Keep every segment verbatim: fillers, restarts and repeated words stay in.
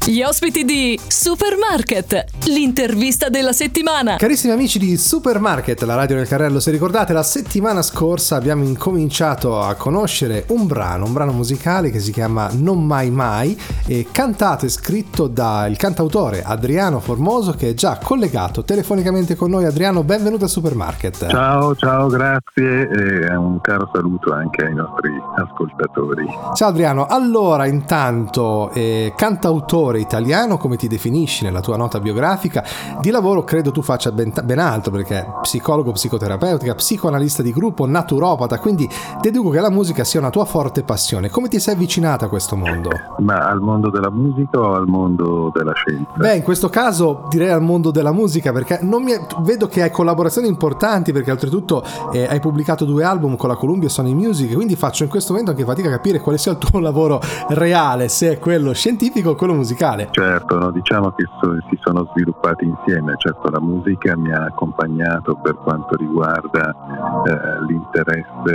Gli ospiti di Supermarket, l'intervista della settimana. Carissimi amici di Supermarket, la radio del carrello, se ricordate la settimana scorsa abbiamo incominciato a conoscere un brano, un brano musicale che si chiama Non Mai Mai, e cantato e scritto dal cantautore Adriano Formoso, che è già collegato telefonicamente con noi. Adriano, benvenuto a Supermarket. Ciao, ciao, grazie e un caro saluto anche ai nostri ascoltatori. Ciao Adriano, allora intanto eh, cantautore italiano, come ti definisci nella tua nota biografica, di lavoro credo tu faccia ben, ben altro, perché psicologo, psicoterapeutica, psicoanalista di gruppo, naturopata, quindi deduco che la musica sia una tua forte passione. Come ti sei avvicinata a questo mondo? Ma al mondo della musica o al mondo della scienza? Beh, in questo caso direi al mondo della musica, perché non mi è... vedo che hai collaborazioni importanti, perché oltretutto eh, hai pubblicato due album con la Columbia e Sony Music, quindi faccio in questo momento anche fatica a capire quale sia il tuo lavoro reale, se è quello scientifico o quello musicale. Certo, no, diciamo che so, si sono sviluppati insieme. Certo, la musica mi ha accompagnato per quanto riguarda eh, l'interesse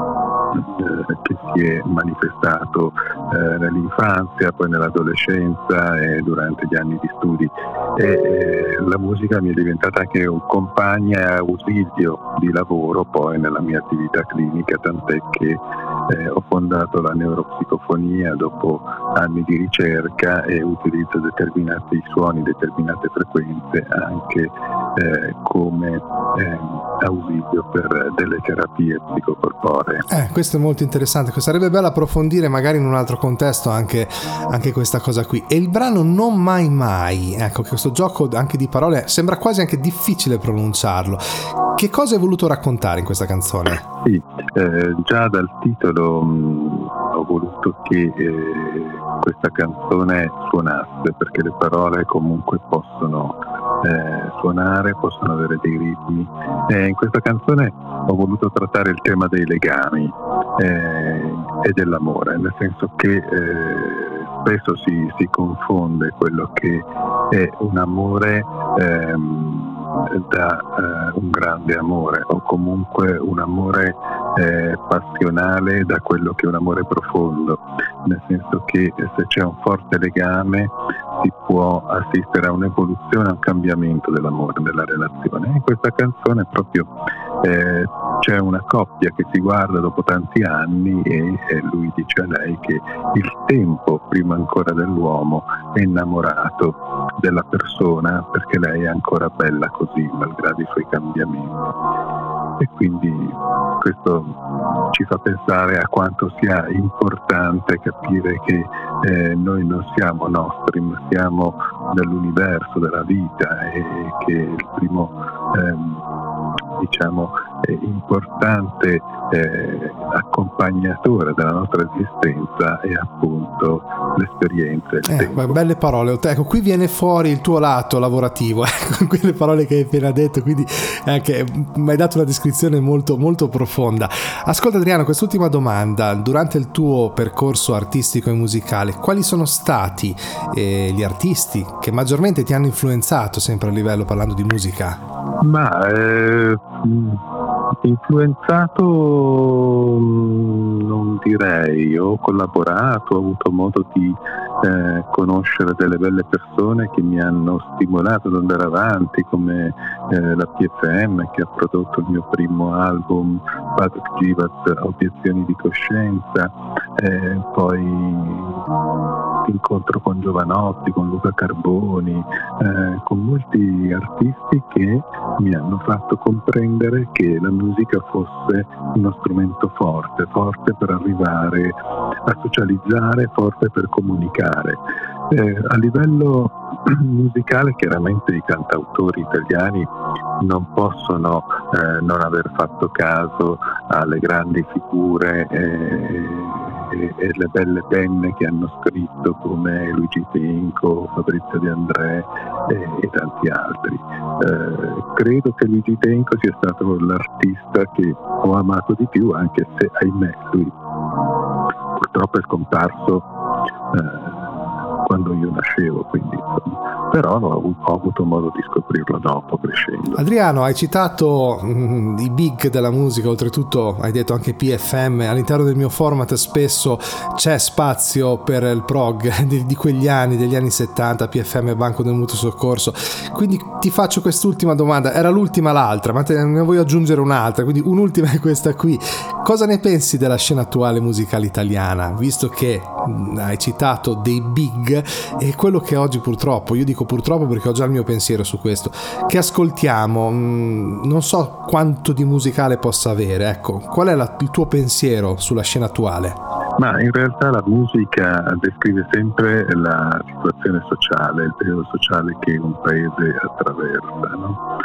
eh, che si è manifestato eh, nell'infanzia, poi nell'adolescenza e durante gli anni di studi. E, eh, la musica mi è diventata anche un compagno e ausilio di lavoro poi nella mia attività clinica, tant'è che eh, ho fondato la neuropsicofonia dopo anni di ricerca e utilizzo determinati suoni, determinate frequenze anche eh, come eh, ausilio per delle terapie psicocorporee. Eh, questo è molto interessante, sarebbe bello approfondire magari in un altro contesto anche, anche questa cosa qui. E il brano Non Mai Mai, ecco, che questo gioco anche di parole sembra quasi anche difficile pronunciarlo. Che cosa hai voluto raccontare in questa canzone? Sì, eh, già dal titolo mh, ho voluto che eh, questa canzone suonasse, perché le parole comunque possono eh, suonare, possono avere dei ritmi. E in questa canzone ho voluto trattare il tema dei legami eh, e dell'amore, nel senso che eh, spesso si, si confonde quello che è un amore ehm, da eh, un grande amore, o comunque un amore eh, passionale da quello che è un amore profondo, nel senso che se c'è un forte legame si può assistere a un'evoluzione, a un cambiamento dell'amore, della relazione. In questa canzone proprio eh, c'è una coppia che si guarda dopo tanti anni e, e lui dice a lei che il tempo, prima ancora dell'uomo, è innamorato della persona perché lei è ancora bella così, malgrado i suoi cambiamenti. E quindi questo ci fa pensare a quanto sia importante capire che eh, noi non siamo nostri, ma siamo dell'universo, della vita, e che il primo ehm, diciamo eh, importante eh, accompagnatore della nostra esistenza è appunto l'esperienza. Il eh, tempo. Belle parole. Ecco, qui viene fuori il tuo lato lavorativo, con quelle parole che hai appena detto, quindi anche mi hai dato una descrizione molto molto profonda. Ascolta Adriano, quest'ultima domanda: durante il tuo percorso artistico e musicale, quali sono stati eh, gli artisti che maggiormente ti hanno influenzato, sempre a livello parlando di musica? Ma eh, influenzato non direi, ho collaborato, ho avuto modo di eh, conoscere delle belle persone che mi hanno stimolato ad andare avanti, come eh, la P F M, che ha prodotto il mio primo album, Patrick Givaz, Obiezioni di coscienza, eh, poi incontro con Giovanotti, con Luca Carboni, eh, con molti artisti che mi hanno fatto comprendere che la musica fosse uno strumento forte, forte per arrivare a socializzare, forte per comunicare. Eh, a livello musicale chiaramente i cantautori italiani non possono eh, non aver fatto caso alle grandi figure eh, e, e le belle penne che hanno scritto, come Luigi Tenco, Fabrizio De André e, e tanti altri. Eh, credo che Luigi Tenco sia stato l'artista che ho amato di più, anche se ahimè lui purtroppo è scomparso eh, quando io nascevo, quindi insomma, però ho, ho avuto modo di scoprirlo dopo, crescendo. Adriano, hai citato mh, i big della musica, oltretutto hai detto anche P F M. All'interno del mio format spesso c'è spazio per il prog di, di quegli anni, degli anni settanta, P F M, Banco del Mutuo Soccorso. Quindi ti faccio quest'ultima domanda, era l'ultima l'altra, ma te ne voglio aggiungere un'altra, quindi un'ultima è questa qui. Cosa ne pensi della scena attuale musicale italiana, visto che mh, hai citato dei big e quello che oggi purtroppo, io dico purtroppo perché ho già il mio pensiero su questo, che ascoltiamo, mh, non so quanto di musicale possa avere, ecco, qual è la, il tuo pensiero sulla scena attuale? Ma in realtà la musica descrive sempre la situazione sociale, il periodo sociale che un paese attraversa, no?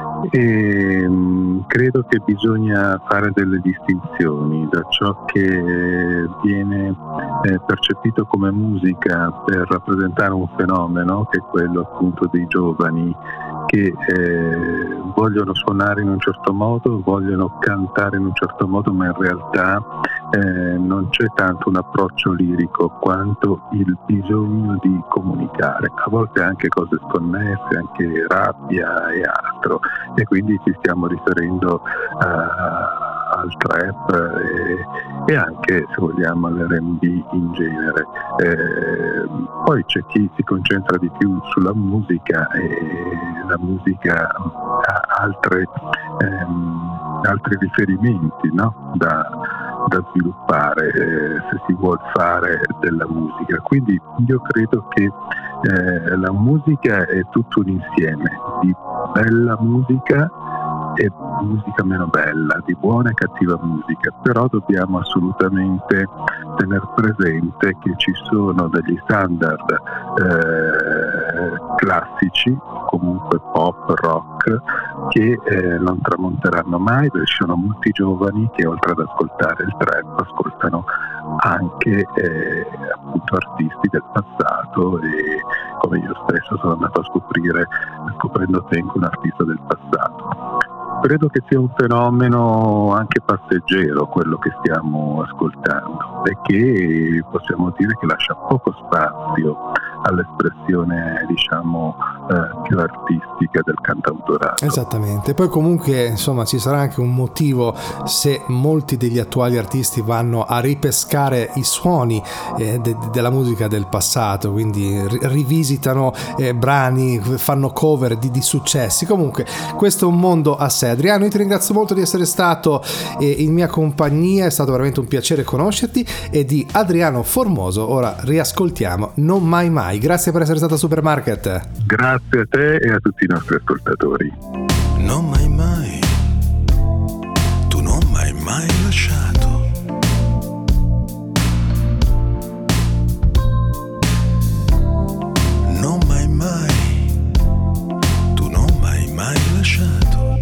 E mh, credo che bisogna fare delle distinzioni da ciò che viene eh, percepito come musica per rappresentare un fenomeno, che è quello appunto dei giovani che eh, vogliono suonare in un certo modo, vogliono cantare in un certo modo, ma in realtà eh, non c'è tanto un approccio lirico quanto il bisogno di comunicare, a volte anche cose sconnesse, anche rabbia e altro, e quindi ci stiamo riferendo a al trap e, e anche, se vogliamo, all'R and B in genere. Eh, poi c'è chi si concentra di più sulla musica e la musica ha altre, ehm, altri riferimenti, no? da, da sviluppare eh, se si vuol fare della musica. Quindi io credo che eh, la musica è tutto un insieme di bella musica e musica meno bella, di buona e cattiva musica, però dobbiamo assolutamente tener presente che ci sono degli standard eh, classici, o comunque pop, rock, che eh, non tramonteranno mai, perché ci sono molti giovani che oltre ad ascoltare il trap ascoltano anche eh, appunto artisti del passato, e come io stesso sono andato a scoprire, scoprendo Tenco, un artista del passato. Credo che sia un fenomeno anche passeggero quello che stiamo ascoltando, e che possiamo dire che lascia poco spazio all'espressione, diciamo, eh, più artistica del cantautorato. Esattamente. Poi comunque, insomma, ci sarà anche un motivo se molti degli attuali artisti vanno a ripescare i suoni eh, de- della musica del passato, quindi ri- rivisitano eh, brani, fanno cover di-, di successi. Comunque questo è un mondo a sé. Adriano, io ti ringrazio molto di essere stato eh, in mia compagnia, è stato veramente un piacere conoscerti. E di Adriano Formoso ora riascoltiamo Non Mai Mai. Grazie per essere stato a Supermarket. Grazie a te e a tutti i nostri ascoltatori. Non mai mai, tu non m'hai mai lasciato. Non mai mai, tu non m'hai mai lasciato.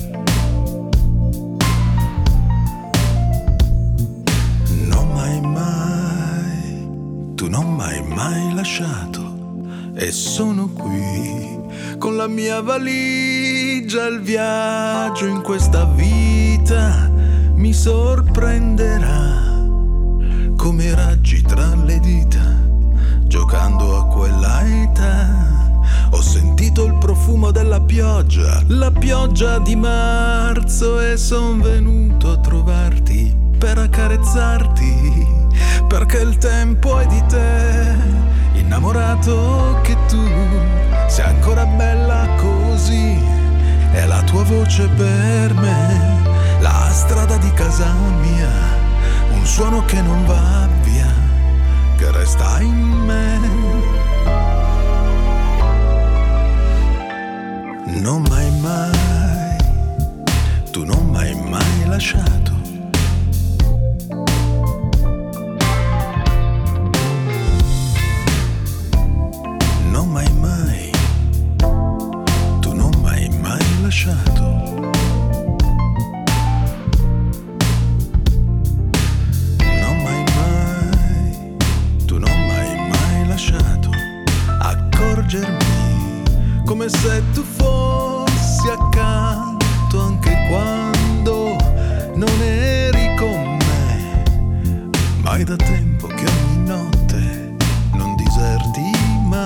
Non mai mai, tu non m'hai mai lasciato. E sono qui con la mia valigia, il viaggio in questa vita mi sorprenderà come raggi tra le dita, giocando a quella età. Ho sentito il profumo della pioggia, la pioggia di marzo, e son venuto a trovarti per accarezzarti, perché il tempo è di te. Innamorato che tu sei ancora bella così, è la tua voce per me, la strada di casa mia, un suono che non va via, che resta in me. Non mai mai, tu non m'hai mai lasciato. Non mai mai, tu non m'hai mai lasciato. Non mai mai, tu non m'hai mai lasciato accorgermi come se tu fossi accanto anche quando non eri con me. Ma è da tempo che ogni notte non diserti mai.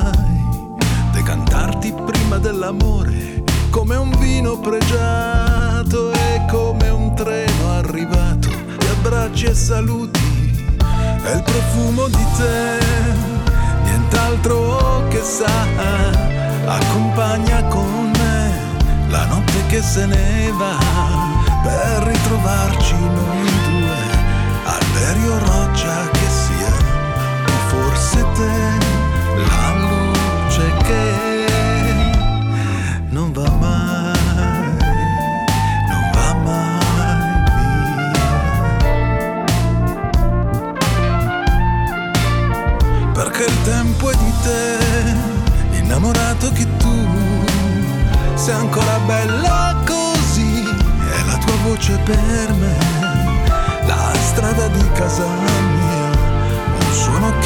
pregiato è come un treno arrivato, di abbracci e saluti, è il profumo di te, nient'altro che sa, accompagna con me la notte che se ne va, per ritrovarci noi due, alberi o roccia che sia, o forse te, la luce che non va mai, non va mai via, perché il tempo è di te, innamorato che tu sei ancora bella così, è la tua voce per me, la strada di casa mia, un suono